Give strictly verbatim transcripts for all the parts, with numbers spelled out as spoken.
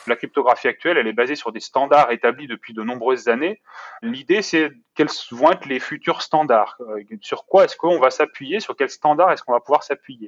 La cryptographie actuelle, elle est basée sur des standards établis depuis de nombreuses années. L'idée, c'est quels vont être les futurs standards. Euh, sur quoi est-ce qu'on va s'appuyer? Sur quels standards est-ce qu'on va pouvoir s'appuyer?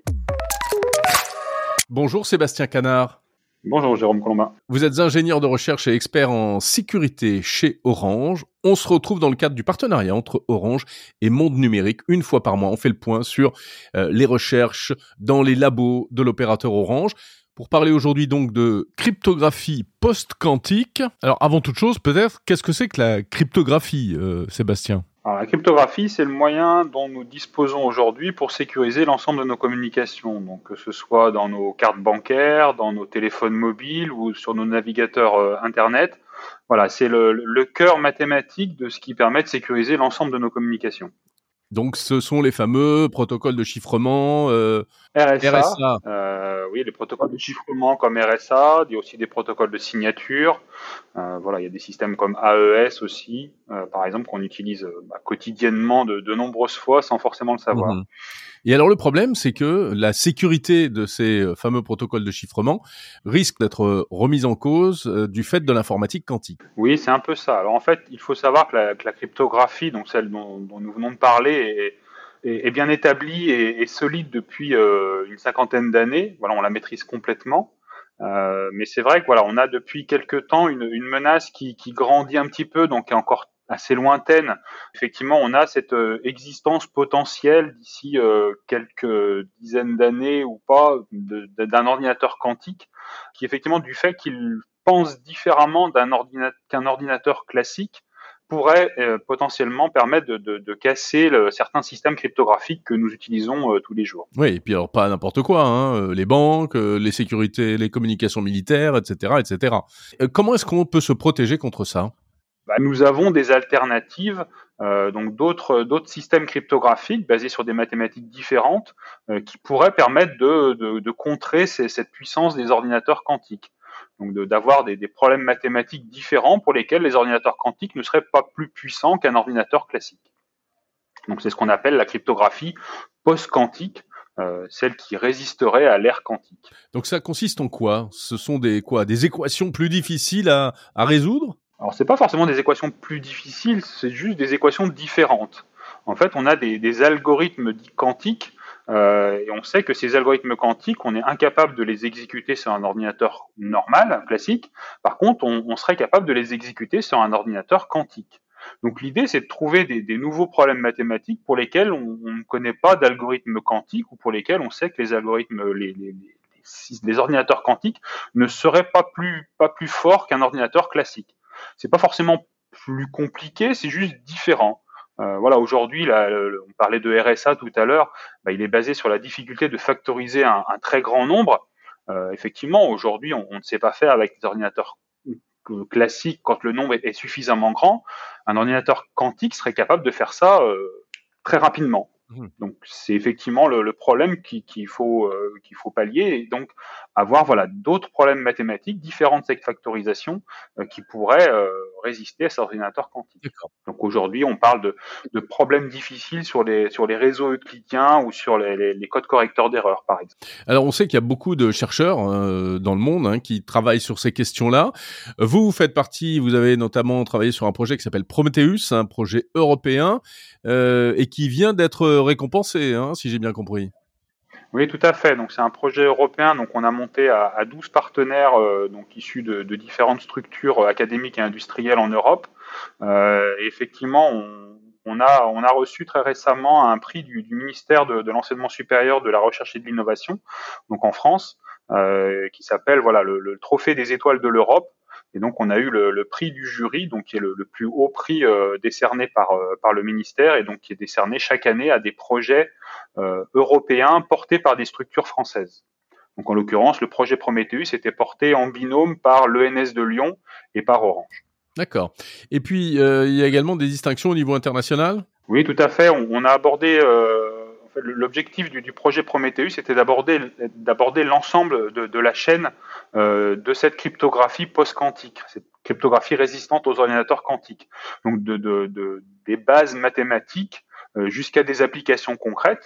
Bonjour Sébastien Canard. Bonjour Jérôme Colombin. Vous êtes ingénieur de recherche et expert en sécurité chez Orange. On se retrouve dans le cadre du partenariat entre Orange et Monde Numérique. Une fois par mois, on fait le point sur euh, les recherches dans les labos de l'opérateur Orange. Pour parler aujourd'hui donc de cryptographie post-quantique. Alors avant toute chose, peut-être, qu'est-ce que c'est que la cryptographie, euh, Sébastien ? Alors, la cryptographie, c'est le moyen dont nous disposons aujourd'hui pour sécuriser l'ensemble de nos communications, donc que ce soit dans nos cartes bancaires, dans nos téléphones mobiles ou sur nos navigateurs euh, Internet. Voilà, c'est le, le cœur mathématique de ce qui permet de sécuriser l'ensemble de nos communications. Donc ce sont les fameux protocoles de chiffrement euh, R S A, R S A. Euh, oui, les protocoles de chiffrement comme R S A, il y a aussi des protocoles de signature. Euh, voilà, il y a des systèmes comme A E S aussi, euh, par exemple, qu'on utilise euh, bah, quotidiennement de, de nombreuses fois sans forcément le savoir. Mmh. Et alors le problème, c'est que la sécurité de ces fameux protocoles de chiffrement risque d'être remise en cause euh, du fait de l'informatique quantique. Oui, c'est un peu ça. Alors en fait, il faut savoir que la, que la cryptographie, donc celle dont, dont nous venons de parler, est, est, est bien établie et, et solide depuis euh, une cinquantaine d'années. Voilà, on la maîtrise complètement. Euh, mais c'est vrai que voilà, on a depuis quelques temps une, une menace qui, qui grandit un petit peu, donc qui est encore assez lointaine. Effectivement, on a cette euh, existence potentielle d'ici euh, quelques dizaines d'années ou pas de, de, d'un ordinateur quantique qui, effectivement, du fait qu'il pense différemment d'un ordinateur, qu'un ordinateur classique, pourrait euh, potentiellement permettre de, de, de casser le, certains systèmes cryptographiques que nous utilisons euh, tous les jours. Oui, et puis alors pas n'importe quoi, hein, les banques, euh, les sécurités, les communications militaires, et cetera, et cetera. Euh, comment est-ce qu'on peut se protéger contre ça ? Bah, nous avons des alternatives, euh, donc d'autres d'autres systèmes cryptographiques basés sur des mathématiques différentes euh, qui pourraient permettre de, de, de contrer ces, cette puissance des ordinateurs quantiques. Donc de, d'avoir des, des problèmes mathématiques différents pour lesquels les ordinateurs quantiques ne seraient pas plus puissants qu'un ordinateur classique. Donc c'est ce qu'on appelle la cryptographie post-quantique, euh, celle qui résisterait à l'ère quantique. Donc ça consiste en quoi ? Ce sont des quoi ? Des équations plus difficiles à, à résoudre ? Alors, c'est pas forcément des équations plus difficiles, c'est juste des équations différentes. En fait, on a des, des algorithmes dits quantiques, euh, et on sait que ces algorithmes quantiques, on est incapable de les exécuter sur un ordinateur normal, classique. Par contre, on, on serait capable de les exécuter sur un ordinateur quantique. Donc, l'idée, c'est de trouver des, des nouveaux problèmes mathématiques pour lesquels on, on ne connaît pas d'algorithmes quantiques ou pour lesquels on sait que les algorithmes, les, les, les, les ordinateurs quantiques ne seraient pas plus, pas plus forts qu'un ordinateur classique. C'est pas forcément plus compliqué, c'est juste différent. Euh, voilà, aujourd'hui, là, on parlait de R S A tout à l'heure, bah, il est basé sur la difficulté de factoriser un, un très grand nombre. Euh, effectivement, aujourd'hui, on, on ne sait pas faire avec des ordinateurs classiques quand le nombre est, est suffisamment grand. Un ordinateur quantique serait capable de faire ça euh, très rapidement. Mmh. Donc c'est effectivement le, le problème qui, qu'il faut euh, qu'il faut pallier, et donc avoir voilà d'autres problèmes mathématiques différents de cette factorisation euh, qui pourraient euh, résister à cet ordinateur quantique. D'accord. Donc aujourd'hui on parle de, de problèmes difficiles sur les sur les réseaux euclidiens ou sur les, les, les codes correcteurs d'erreurs par exemple. Alors on sait qu'il y a beaucoup de chercheurs euh, dans le monde hein, qui travaillent sur ces questions-là. Vous, vous faites partie, vous avez notamment travaillé sur un projet qui s'appelle Prometheus, un projet européen euh, et qui vient d'être récompensé, hein, si j'ai bien compris. Oui, tout à fait. Donc c'est un projet européen. Donc on a monté à, à douze partenaires, euh, donc issus de, de différentes structures académiques et industrielles en Europe. Euh, et effectivement, on, on a on a reçu très récemment un prix du, du ministère de, de l'enseignement supérieur, de la recherche et de l'innovation, donc en France, euh, qui s'appelle voilà le, le trophée des étoiles de l'Europe. Et donc on a eu le, le prix du jury, donc qui est le, le plus haut prix euh, décerné par euh, par le ministère, et donc qui est décerné chaque année à des projets euh, européens portés par des structures françaises. Donc en l'occurrence, le projet Prometheus était porté en binôme par l'E N S de Lyon et par Orange. D'accord. Et puis euh, il y a également des distinctions au niveau international ? Oui, tout à fait. On, on a abordé euh, en fait, l'objectif du, du projet Prometheus, c'était d'aborder d'aborder l'ensemble de, de la chaîne euh, de cette cryptographie post-quantique, cette cryptographie résistante aux ordinateurs quantiques. Donc de, de, de des bases mathématiques euh, jusqu'à des applications concrètes.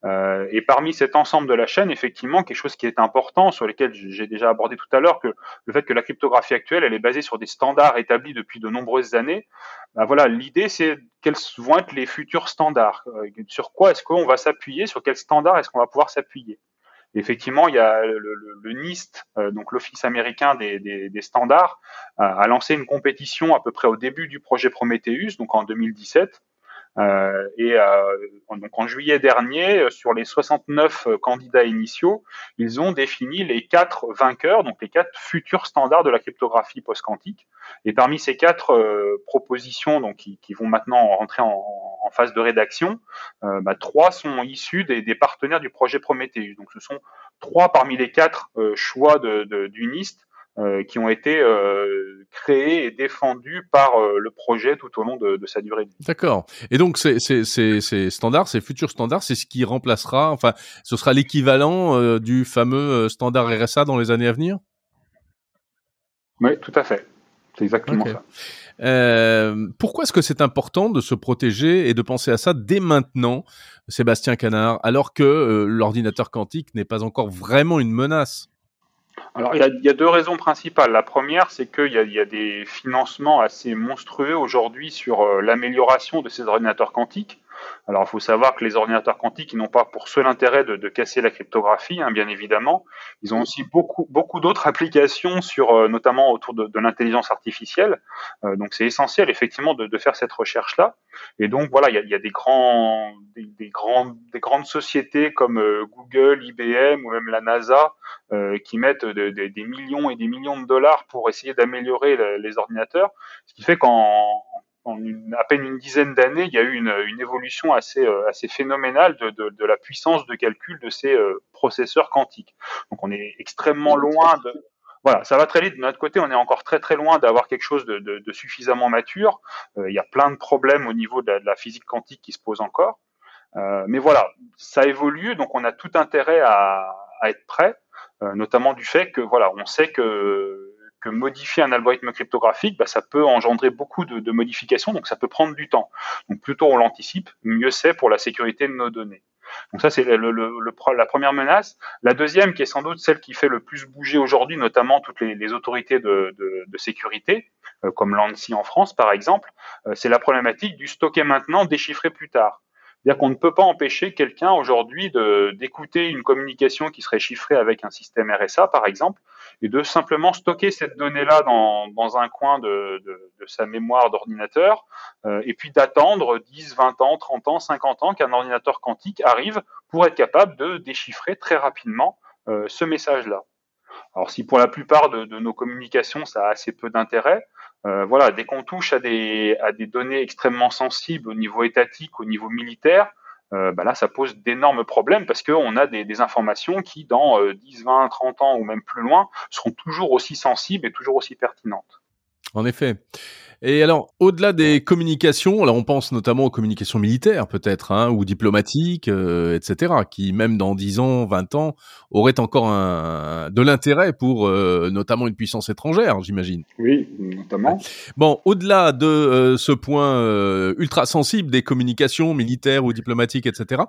Euh, et parmi cet ensemble de la chaîne, effectivement, quelque chose qui est important, sur lequel j'ai déjà abordé tout à l'heure, que le fait que la cryptographie actuelle, elle est basée sur des standards établis depuis de nombreuses années. Ben voilà, l'idée, c'est quels vont être les futurs standards. Euh, sur quoi est-ce qu'on va s'appuyer, sur quels standards est-ce qu'on va pouvoir s'appuyer. Effectivement, il y a le, le, le NIST, euh, donc l'Office américain des, des, des standards, euh, a lancé une compétition à peu près au début du projet Prometheus, donc en deux mille dix-sept. Euh, et euh, donc en juillet dernier, sur les soixante-neuf candidats initiaux, ils ont défini les quatre vainqueurs, donc les quatre futurs standards de la cryptographie post-quantique. Et parmi ces quatre euh, propositions, donc qui, qui vont maintenant rentrer en, en phase de rédaction, euh, bah, trois sont issus des, des partenaires du projet Prometheus. Donc ce sont trois parmi les quatre euh, choix de, de, du NIST euh, qui ont été euh, créés et défendus par euh, le projet tout au long de, de sa durée de vie. D'accord. Et donc ces, ces, ces, ces standards, ces futurs standards, c'est ce qui remplacera, enfin, ce sera l'équivalent euh, du fameux standard R S A dans les années à venir? Oui, tout à fait. C'est exactement okay. ça. Euh, pourquoi est-ce que c'est important de se protéger et de penser à ça dès maintenant, Sébastien Canard, alors que euh, l'ordinateur quantique n'est pas encore vraiment une menace? Alors, il y, a, il y a deux raisons principales. La première, c'est qu'il y a, il y a des financements assez monstrueux aujourd'hui sur euh, l'amélioration de ces ordinateurs quantiques. Alors, il faut savoir que les ordinateurs quantiques, ils n'ont pas pour seul intérêt de, de casser la cryptographie, hein, bien évidemment. Ils ont aussi beaucoup, beaucoup d'autres applications, sur, euh, notamment autour de, de l'intelligence artificielle. Euh, donc, c'est essentiel, effectivement, de, de faire cette recherche-là. Et donc, voilà, il y a, il y a des, grands, des, des, grands, des grandes sociétés comme euh, Google, I B M ou même la NASA euh, qui mettent de, de, des millions et des millions de dollars pour essayer d'améliorer le, les ordinateurs. Ce qui fait qu'en en une, à peine une dizaine d'années, il y a eu une, une évolution assez, euh, assez phénoménale de, de, de la puissance de calcul de ces euh, processeurs quantiques. Donc on est extrêmement loin de... Voilà, ça va très vite. De notre côté, on est encore très très loin d'avoir quelque chose de, de, de suffisamment mature. Euh, il y a plein de problèmes au niveau de la, de la physique quantique qui se posent encore. Euh, mais voilà, ça évolue, donc on a tout intérêt à, à être prêt, euh, notamment du fait que voilà, on sait que que modifier un algorithme cryptographique, bah, ça peut engendrer beaucoup de, de modifications, donc ça peut prendre du temps. Donc plus tôt on l'anticipe, mieux c'est pour la sécurité de nos données. Donc ça, c'est le, le, le, la première menace. La deuxième, qui est sans doute celle qui fait le plus bouger aujourd'hui, notamment toutes les, les autorités de, de, de sécurité, euh, comme l'ANSSI en France par exemple, euh, c'est la problématique du stocker maintenant, déchiffrer plus tard. C'est-à-dire qu'on ne peut pas empêcher quelqu'un aujourd'hui de, d'écouter une communication qui serait chiffrée avec un système R S A, par exemple, et de simplement stocker cette donnée-là dans, dans un coin de, de, de sa mémoire d'ordinateur, euh, et puis d'attendre dix, vingt ans, trente ans, cinquante ans qu'un ordinateur quantique arrive pour être capable de déchiffrer très rapidement euh, ce message-là. Alors si pour la plupart de, de nos communications, ça a assez peu d'intérêt, euh, voilà, dès qu'on touche à des, à des données extrêmement sensibles au niveau étatique, au niveau militaire, euh, bah là, ça pose d'énormes problèmes parce qu'on a des, des informations qui, dans euh, dix, vingt, trente ans ou même plus loin, seront toujours aussi sensibles et toujours aussi pertinentes. En effet. Et alors, au-delà des communications, alors on pense notamment aux communications militaires peut-être, hein, ou diplomatiques, euh, et cetera, qui même dans dix ans, vingt ans, auraient encore un, de l'intérêt pour euh, notamment une puissance étrangère, j'imagine. Oui, notamment. Bon, au-delà de euh, ce point euh, ultra sensible des communications militaires ou diplomatiques, et cetera,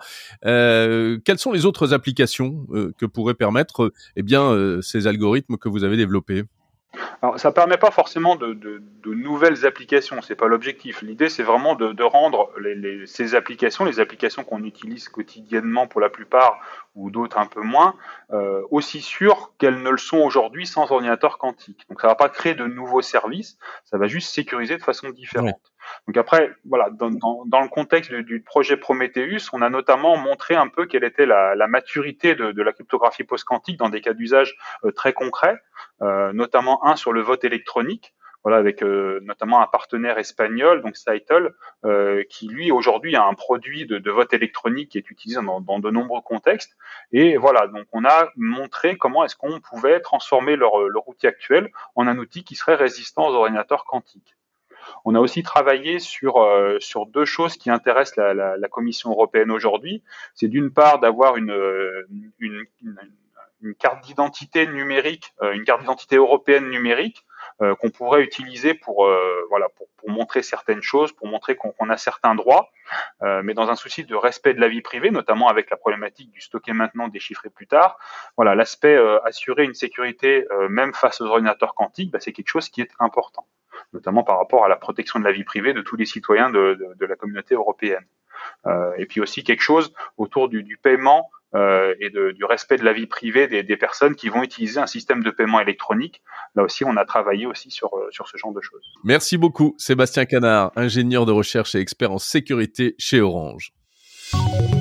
euh, quelles sont les autres applications euh, que pourraient permettre, eh bien, euh, ces algorithmes que vous avez développés ? Alors, ça permet pas forcément de, de, de nouvelles applications, c'est pas l'objectif. L'idée, c'est vraiment de, de rendre les, les, ces applications, les applications qu'on utilise quotidiennement pour la plupart, ou d'autres un peu moins, euh, aussi sûres qu'elles ne le sont aujourd'hui sans ordinateur quantique. Donc, ça va pas créer de nouveaux services, ça va juste sécuriser de façon différente. Oui. Donc après, voilà, dans, dans, dans le contexte du, du projet Prometheus, on a notamment montré un peu quelle était la, la maturité de, de la cryptographie post-quantique dans des cas d'usage euh, très concrets, euh, notamment un sur le vote électronique, voilà, avec euh, notamment un partenaire espagnol, donc Scytl, euh, qui lui aujourd'hui a un produit de, de vote électronique qui est utilisé dans, dans de nombreux contextes. Et voilà, donc on a montré comment est-ce qu'on pouvait transformer leur, leur outil actuel en un outil qui serait résistant aux ordinateurs quantiques. On a aussi travaillé sur euh, sur deux choses qui intéressent la, la, la Commission européenne aujourd'hui. C'est d'une part d'avoir une, une, une, une carte d'identité numérique, euh, une carte d'identité européenne numérique, euh, qu'on pourrait utiliser pour, euh, voilà, pour, pour montrer certaines choses, pour montrer qu'on, qu'on a certains droits, euh, mais dans un souci de respect de la vie privée, notamment avec la problématique du stocker maintenant, déchiffrer plus tard. Voilà, l'aspect euh, assurer une sécurité, euh, même face aux ordinateurs quantiques, bah, c'est quelque chose qui est important, notamment par rapport à la protection de la vie privée de tous les citoyens de, de, de la communauté européenne. Euh, et puis aussi quelque chose autour du, du paiement euh, et de, du respect de la vie privée des, des personnes qui vont utiliser un système de paiement électronique. Là aussi, on a travaillé aussi sur, sur ce genre de choses. Merci beaucoup, Sébastien Canard, ingénieur de recherche et expert en sécurité chez Orange.